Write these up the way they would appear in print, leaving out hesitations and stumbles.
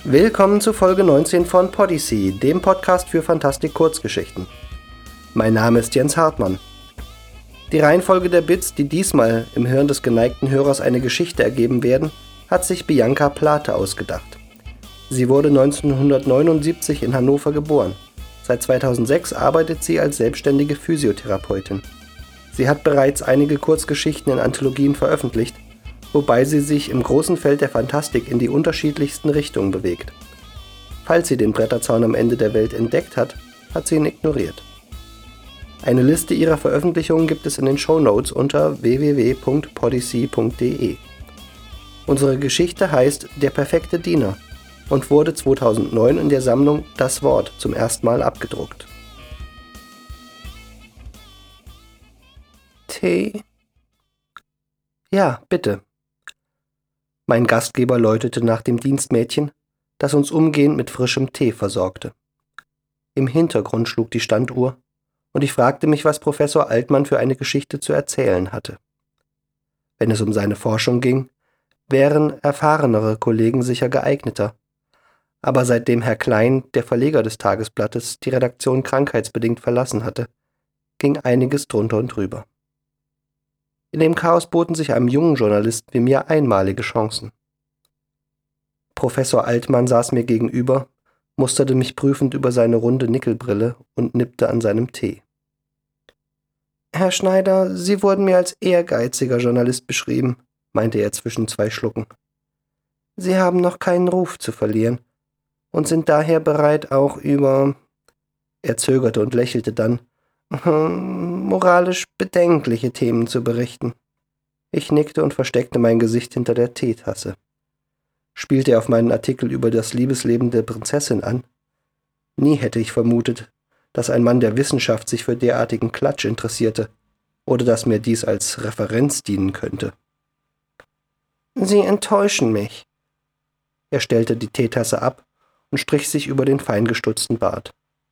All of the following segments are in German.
Willkommen zu Folge 19 von Podyssey, dem Podcast für Fantastik-Kurzgeschichten. Mein Name ist Jens Hartmann. Die Reihenfolge der Bits, die diesmal im Hirn des geneigten Hörers eine Geschichte ergeben werden, hat sich Bianca Plate ausgedacht. Sie wurde 1979 in Hannover geboren. Seit 2006 arbeitet sie als selbstständige Physiotherapeutin. Sie hat bereits einige Kurzgeschichten in Anthologien veröffentlicht, wobei sie sich im großen Feld der Fantastik in die unterschiedlichsten Richtungen bewegt. Falls sie den Bretterzaun am Ende der Welt entdeckt hat, hat sie ihn ignoriert. Eine Liste ihrer Veröffentlichungen gibt es in den Shownotes unter www.podyssey.de. Unsere Geschichte heißt Der perfekte Diener und wurde 2009 in der Sammlung Das Wort zum ersten Mal abgedruckt. Tee? Ja, bitte. Mein Gastgeber läutete nach dem Dienstmädchen, das uns umgehend mit frischem Tee versorgte. Im Hintergrund schlug die Standuhr, und ich fragte mich, was Professor Altmann für eine Geschichte zu erzählen hatte. Wenn es um seine Forschung ging, wären erfahrenere Kollegen sicher geeigneter. Aber seitdem Herr Klein, der Verleger des Tagesblattes, die Redaktion krankheitsbedingt verlassen hatte, ging einiges drunter und drüber. In dem Chaos boten sich einem jungen Journalisten wie mir einmalige Chancen. Professor Altmann saß mir gegenüber, musterte mich prüfend über seine runde Nickelbrille und nippte an seinem Tee. »Herr Schneider, Sie wurden mir als ehrgeiziger Journalist beschrieben«, meinte er zwischen zwei Schlucken. »Sie haben noch keinen Ruf zu verlieren und sind daher bereit, auch über...« Er zögerte und lächelte dann, moralisch bedenkliche Themen zu berichten. Ich nickte und versteckte mein Gesicht hinter der Teetasse. Spielte er auf meinen Artikel über das Liebesleben der Prinzessin an? Nie hätte ich vermutet, dass ein Mann der Wissenschaft sich für derartigen Klatsch interessierte oder dass mir dies als Referenz dienen könnte. »Sie enttäuschen mich.« Er stellte die Teetasse ab und strich sich über den feingestutzten Bart.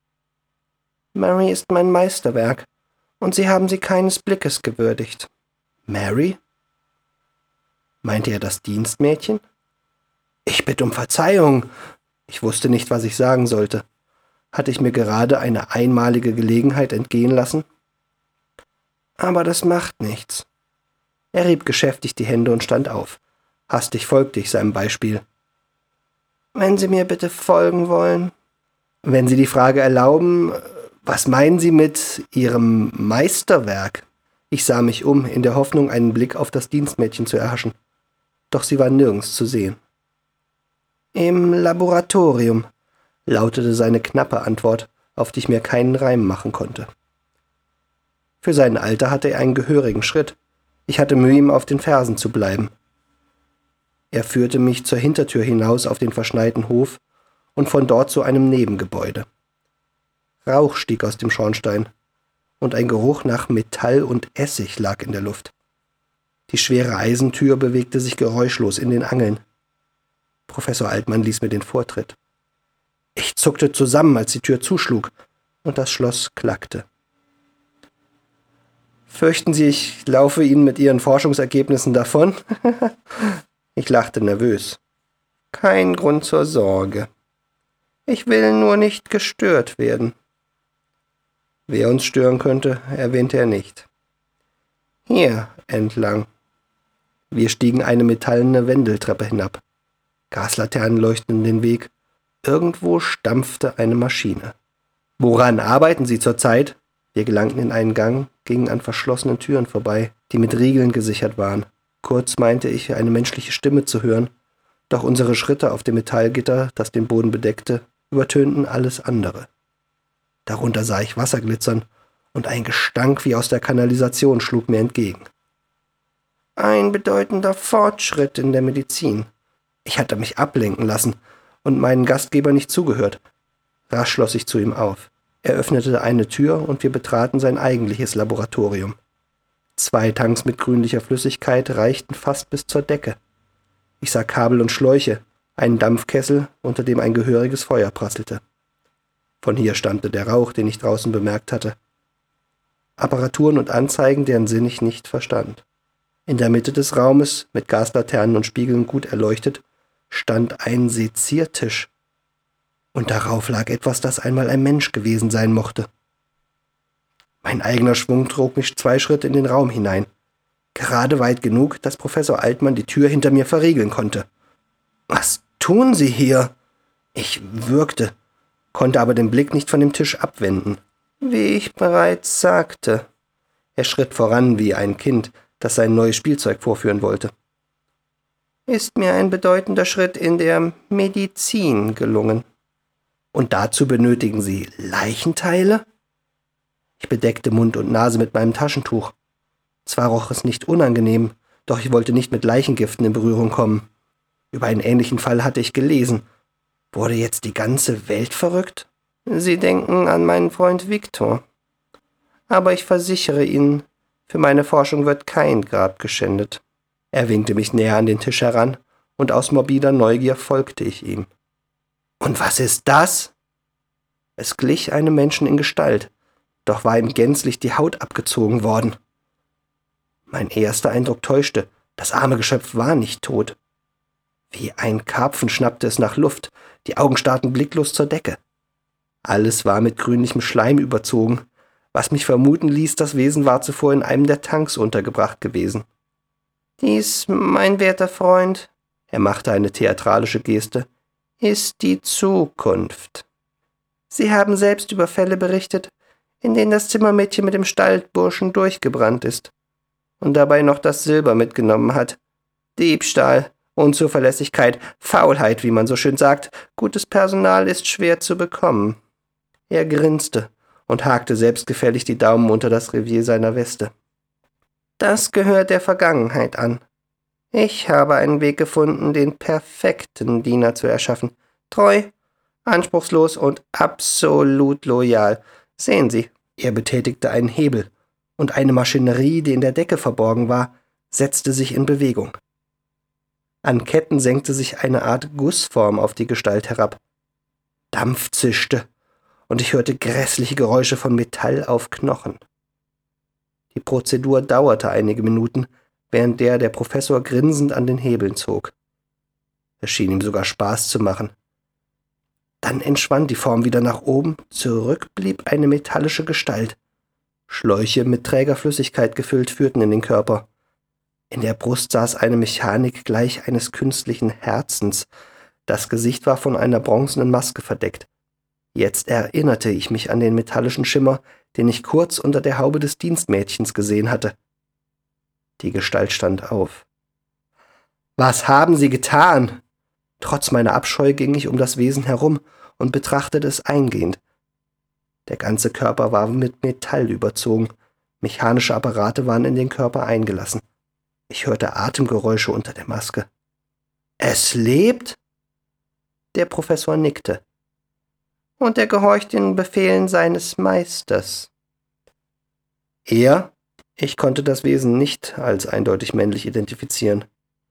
»Mary ist mein Meisterwerk, und Sie haben sie keines Blickes gewürdigt.« »Mary?« Meinte er das Dienstmädchen? »Ich bitte um Verzeihung.« Ich wusste nicht, was ich sagen sollte. Hatte ich mir gerade eine einmalige Gelegenheit entgehen lassen? »Aber das macht nichts.« Er rieb geschäftig die Hände und stand auf. Hastig folgte ich seinem Beispiel. »Wenn Sie mir bitte folgen wollen.« »Wenn Sie die Frage erlauben, was meinen Sie mit Ihrem Meisterwerk?« Ich sah mich um, in der Hoffnung, einen Blick auf das Dienstmädchen zu erhaschen. Doch sie war nirgends zu sehen. »Im Laboratorium«, lautete seine knappe Antwort, auf die ich mir keinen Reim machen konnte. Für sein Alter hatte er einen gehörigen Schritt. Ich hatte Mühe, ihm auf den Fersen zu bleiben. Er führte mich zur Hintertür hinaus auf den verschneiten Hof und von dort zu einem Nebengebäude. Rauch stieg aus dem Schornstein, und ein Geruch nach Metall und Essig lag in der Luft. Die schwere Eisentür bewegte sich geräuschlos in den Angeln. Professor Altmann ließ mir den Vortritt. Ich zuckte zusammen, als die Tür zuschlug, und das Schloss klackte. »Fürchten Sie, ich laufe Ihnen mit Ihren Forschungsergebnissen davon?« Ich lachte nervös. »Kein Grund zur Sorge. Ich will nur nicht gestört werden.« Wer uns stören könnte, erwähnte er nicht. »Hier entlang.« Wir stiegen eine metallene Wendeltreppe hinab. Gaslaternen leuchteten den Weg. Irgendwo stampfte eine Maschine. »Woran arbeiten Sie zurzeit?« Wir gelangten in einen Gang, gingen an verschlossenen Türen vorbei, die mit Riegeln gesichert waren. Kurz meinte ich, eine menschliche Stimme zu hören, doch unsere Schritte auf dem Metallgitter, das den Boden bedeckte, übertönten alles andere. Darunter sah ich Wasser glitzern, und ein Gestank wie aus der Kanalisation schlug mir entgegen. Ein bedeutender Fortschritt in der Medizin. Ich hatte mich ablenken lassen und meinen Gastgeber nicht zugehört. Rasch schloss ich zu ihm auf. Er öffnete eine Tür und wir betraten sein eigentliches Laboratorium. 2 Tanks mit grünlicher Flüssigkeit reichten fast bis zur Decke. Ich sah Kabel und Schläuche, einen Dampfkessel, unter dem ein gehöriges Feuer prasselte. Von hier stammte der Rauch, den ich draußen bemerkt hatte. Apparaturen und Anzeigen, deren Sinn ich nicht verstand. In der Mitte des Raumes, mit Gaslaternen und Spiegeln gut erleuchtet, stand ein Seziertisch, und darauf lag etwas, das einmal ein Mensch gewesen sein mochte. Mein eigener Schwung trug mich 2 Schritte in den Raum hinein, gerade weit genug, dass Professor Altmann die Tür hinter mir verriegeln konnte. »Was tun Sie hier?« Ich würgte, konnte aber den Blick nicht von dem Tisch abwenden. »Wie ich bereits sagte.« Er schritt voran wie ein Kind, das sein neues Spielzeug vorführen wollte. »Ist mir ein bedeutender Schritt in der Medizin gelungen.« »Und dazu benötigen Sie Leichenteile?« Ich bedeckte Mund und Nase mit meinem Taschentuch. Zwar roch es nicht unangenehm, doch ich wollte nicht mit Leichengiften in Berührung kommen. Über einen ähnlichen Fall hatte ich gelesen. Wurde jetzt die ganze Welt verrückt? Sie denken an meinen Freund Viktor. Aber ich versichere Ihnen, für meine Forschung wird kein Grab geschändet. Er winkte mich näher an den Tisch heran, und aus morbider Neugier folgte ich ihm. »Und was ist das?« Es glich einem Menschen in Gestalt, doch war ihm gänzlich die Haut abgezogen worden. Mein erster Eindruck täuschte, das arme Geschöpf war nicht tot. Wie ein Karpfen schnappte es nach Luft, die Augen starrten blicklos zur Decke. Alles war mit grünlichem Schleim überzogen, was mich vermuten ließ, das Wesen war zuvor in einem der Tanks untergebracht gewesen. »Dies, mein werter Freund«, er machte eine theatralische Geste, »ist die Zukunft. Sie haben selbst über Fälle berichtet, in denen das Zimmermädchen mit dem Stallburschen durchgebrannt ist und dabei noch das Silber mitgenommen hat. Diebstahl, Unzuverlässigkeit, Faulheit, wie man so schön sagt, gutes Personal ist schwer zu bekommen.« Er grinste und hakte selbstgefällig die Daumen unter das Revier seiner Weste. »Das gehört der Vergangenheit an. Ich habe einen Weg gefunden, den perfekten Diener zu erschaffen. Treu, anspruchslos und absolut loyal. Sehen Sie.« Er betätigte einen Hebel, und eine Maschinerie, die in der Decke verborgen war, setzte sich in Bewegung. An Ketten senkte sich eine Art Gussform auf die Gestalt herab. Dampf zischte, und ich hörte grässliche Geräusche von Metall auf Knochen. Die Prozedur dauerte einige Minuten, während der Professor grinsend an den Hebeln zog. Es schien ihm sogar Spaß zu machen. Dann entschwand die Form wieder nach oben, zurück blieb eine metallische Gestalt. Schläuche mit träger Flüssigkeit gefüllt führten in den Körper. In der Brust saß eine Mechanik gleich eines künstlichen Herzens. Das Gesicht war von einer bronzenen Maske verdeckt. Jetzt erinnerte ich mich an den metallischen Schimmer, den ich kurz unter der Haube des Dienstmädchens gesehen hatte. Die Gestalt stand auf. »Was haben Sie getan?« Trotz meiner Abscheu ging ich um das Wesen herum und betrachtete es eingehend. Der ganze Körper war mit Metall überzogen. Mechanische Apparate waren in den Körper eingelassen. Ich hörte Atemgeräusche unter der Maske. »Es lebt?« Der Professor nickte. »Und er gehorcht den Befehlen seines Meisters.« »Er?« Ich konnte das Wesen nicht als eindeutig männlich identifizieren.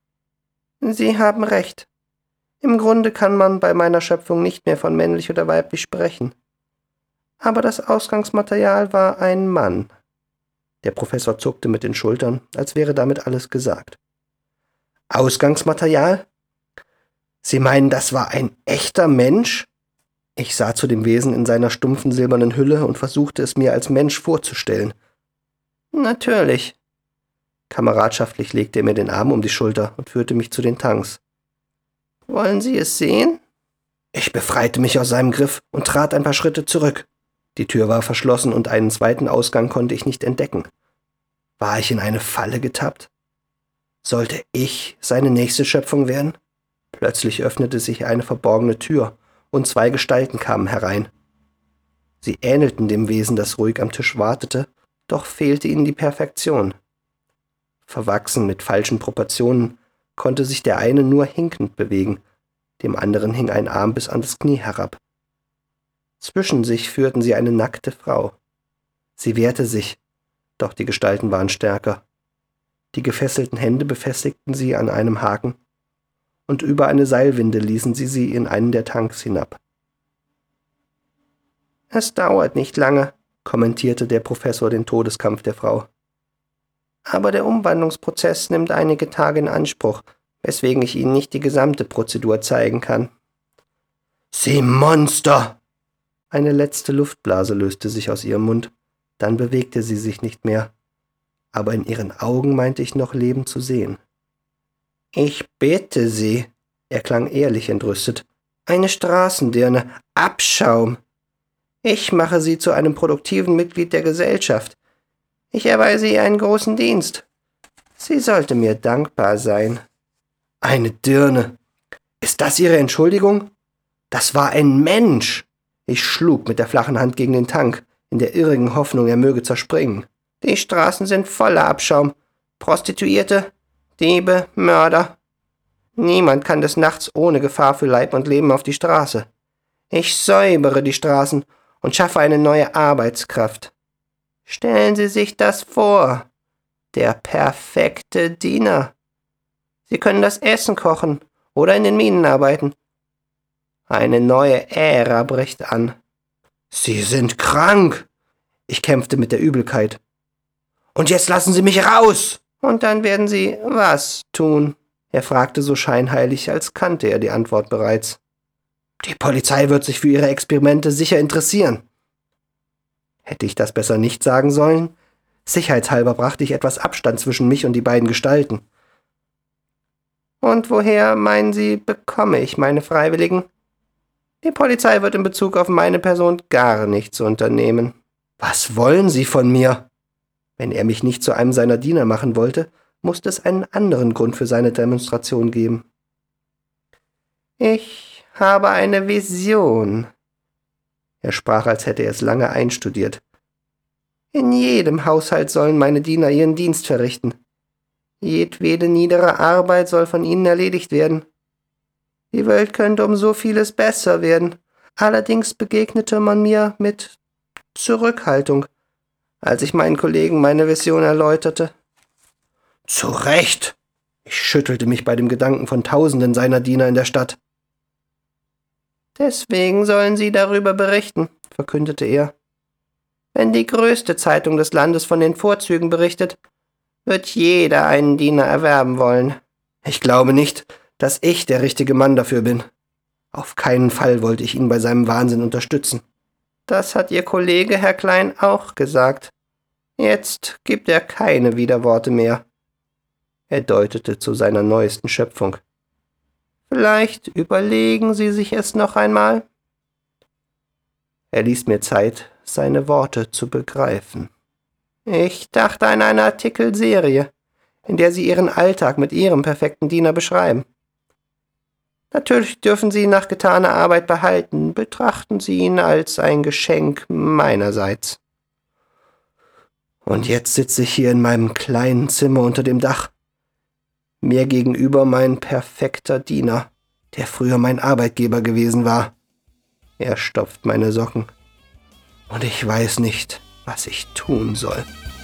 »Sie haben recht. Im Grunde kann man bei meiner Schöpfung nicht mehr von männlich oder weiblich sprechen. Aber das Ausgangsmaterial war ein Mann.« Der Professor zuckte mit den Schultern, als wäre damit alles gesagt. »Ausgangsmaterial? Sie meinen, das war ein echter Mensch?« Ich sah zu dem Wesen in seiner stumpfen silbernen Hülle und versuchte es mir als Mensch vorzustellen. »Natürlich.« Kameradschaftlich legte er mir den Arm um die Schulter und führte mich zu den Tanks. »Wollen Sie es sehen?« Ich befreite mich aus seinem Griff und trat ein paar Schritte zurück. Die Tür war verschlossen und einen zweiten Ausgang konnte ich nicht entdecken. War ich in eine Falle getappt? Sollte ich seine nächste Schöpfung werden? Plötzlich öffnete sich eine verborgene Tür und 2 Gestalten kamen herein. Sie ähnelten dem Wesen, das ruhig am Tisch wartete, doch fehlte ihnen die Perfektion. Verwachsen mit falschen Proportionen konnte sich der eine nur hinkend bewegen, dem anderen hing ein Arm bis an das Knie herab. Zwischen sich führten sie eine nackte Frau. Sie wehrte sich, doch die Gestalten waren stärker. Die gefesselten Hände befestigten sie an einem Haken, und über eine Seilwinde ließen sie in einen der Tanks hinab. »Es dauert nicht lange«, kommentierte der Professor den Todeskampf der Frau. »Aber der Umwandlungsprozess nimmt einige Tage in Anspruch, weswegen ich Ihnen nicht die gesamte Prozedur zeigen kann. »Sie Monster!« Eine letzte Luftblase löste sich aus ihrem Mund, dann bewegte sie sich nicht mehr, aber in ihren Augen meinte ich noch Leben zu sehen. »Ich bitte Sie«, er klang ehrlich entrüstet, »eine Straßendirne, Abschaum. Ich mache Sie zu einem produktiven Mitglied der Gesellschaft. Ich erweise ihr einen großen Dienst. Sie sollte mir dankbar sein.« »Eine Dirne. Ist das Ihre Entschuldigung? Das war ein Mensch!« Ich schlug mit der flachen Hand gegen den Tank, in der irrigen Hoffnung, er möge zerspringen. »Die Straßen sind voller Abschaum. Prostituierte, Diebe, Mörder. Niemand kann des Nachts ohne Gefahr für Leib und Leben auf die Straße. Ich säubere die Straßen und schaffe eine neue Arbeitskraft. Stellen Sie sich das vor. Der perfekte Diener. Sie können das Essen kochen oder in den Minen arbeiten. Eine neue Ära bricht an.« »Sie sind krank!« Ich kämpfte mit der Übelkeit. »Und jetzt lassen Sie mich raus!« »Und dann werden Sie was tun?« Er fragte so scheinheilig, als kannte er die Antwort bereits. »Die Polizei wird sich für ihre Experimente sicher interessieren.« Hätte ich das besser nicht sagen sollen? Sicherheitshalber brachte ich etwas Abstand zwischen mich und die beiden Gestalten. »Und woher, meinen Sie, bekomme ich meine Freiwilligen? Die Polizei wird in Bezug auf meine Person gar nichts unternehmen.« »Was wollen Sie von mir?« Wenn er mich nicht zu einem seiner Diener machen wollte, musste es einen anderen Grund für seine Demonstration geben. »Ich habe eine Vision.« Er sprach, als hätte er es lange einstudiert. »In jedem Haushalt sollen meine Diener ihren Dienst verrichten. Jedwede niedere Arbeit soll von ihnen erledigt werden. Die Welt könnte um so vieles besser werden. Allerdings begegnete man mir mit Zurückhaltung, als ich meinen Kollegen meine Vision erläuterte.« »Zu Recht!« Ich schüttelte mich bei dem Gedanken von Tausenden seiner Diener in der Stadt. »Deswegen sollen Sie darüber berichten«, verkündete er. »Wenn die größte Zeitung des Landes von den Vorzügen berichtet, wird jeder einen Diener erwerben wollen.« Ich glaube nicht, dass ich der richtige Mann dafür bin. Auf keinen Fall wollte ich ihn bei seinem Wahnsinn unterstützen. »Das hat Ihr Kollege, Herr Klein, auch gesagt. Jetzt gibt er keine Widerworte mehr.« Er deutete zu seiner neuesten Schöpfung. »Vielleicht überlegen Sie sich es noch einmal?« Er ließ mir Zeit, seine Worte zu begreifen. »Ich dachte an eine Artikelserie, in der Sie Ihren Alltag mit Ihrem perfekten Diener beschreiben. Natürlich dürfen Sie ihn nach getaner Arbeit behalten. Betrachten Sie ihn als ein Geschenk meinerseits.« Und jetzt sitze ich hier in meinem kleinen Zimmer unter dem Dach. Mir gegenüber mein perfekter Diener, der früher mein Arbeitgeber gewesen war. Er stopft meine Socken. Und ich weiß nicht, was ich tun soll.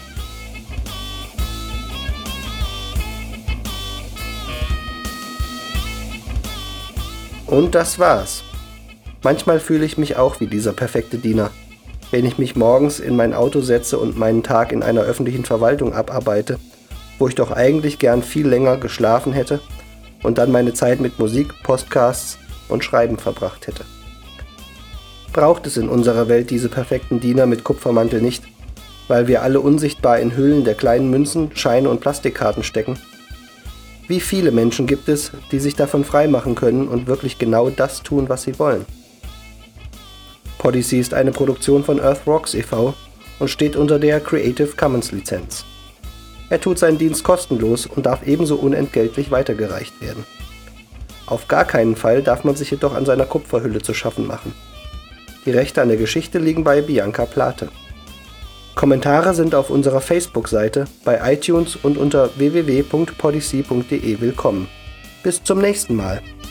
Und das war's. Manchmal fühle ich mich auch wie dieser perfekte Diener. Wenn ich mich morgens in mein Auto setze und meinen Tag in einer öffentlichen Verwaltung abarbeite, wo ich doch eigentlich gern viel länger geschlafen hätte und dann meine Zeit mit Musik, Podcasts und Schreiben verbracht hätte. Braucht es in unserer Welt diese perfekten Diener mit Kupfermantel nicht, weil wir alle unsichtbar in Hüllen der kleinen Münzen, Scheine und Plastikkarten stecken? Wie viele Menschen gibt es, die sich davon freimachen können und wirklich genau das tun, was sie wollen? Podyssey ist eine Produktion von Earth Rocks e.V. und steht unter der Creative Commons Lizenz. Er tut seinen Dienst kostenlos und darf ebenso unentgeltlich weitergereicht werden. Auf gar keinen Fall darf man sich jedoch an seiner Kupferhülle zu schaffen machen. Die Rechte an der Geschichte liegen bei Bianca Plate. Kommentare sind auf unserer Facebook-Seite, bei iTunes und unter www.podyssey.de willkommen. Bis zum nächsten Mal.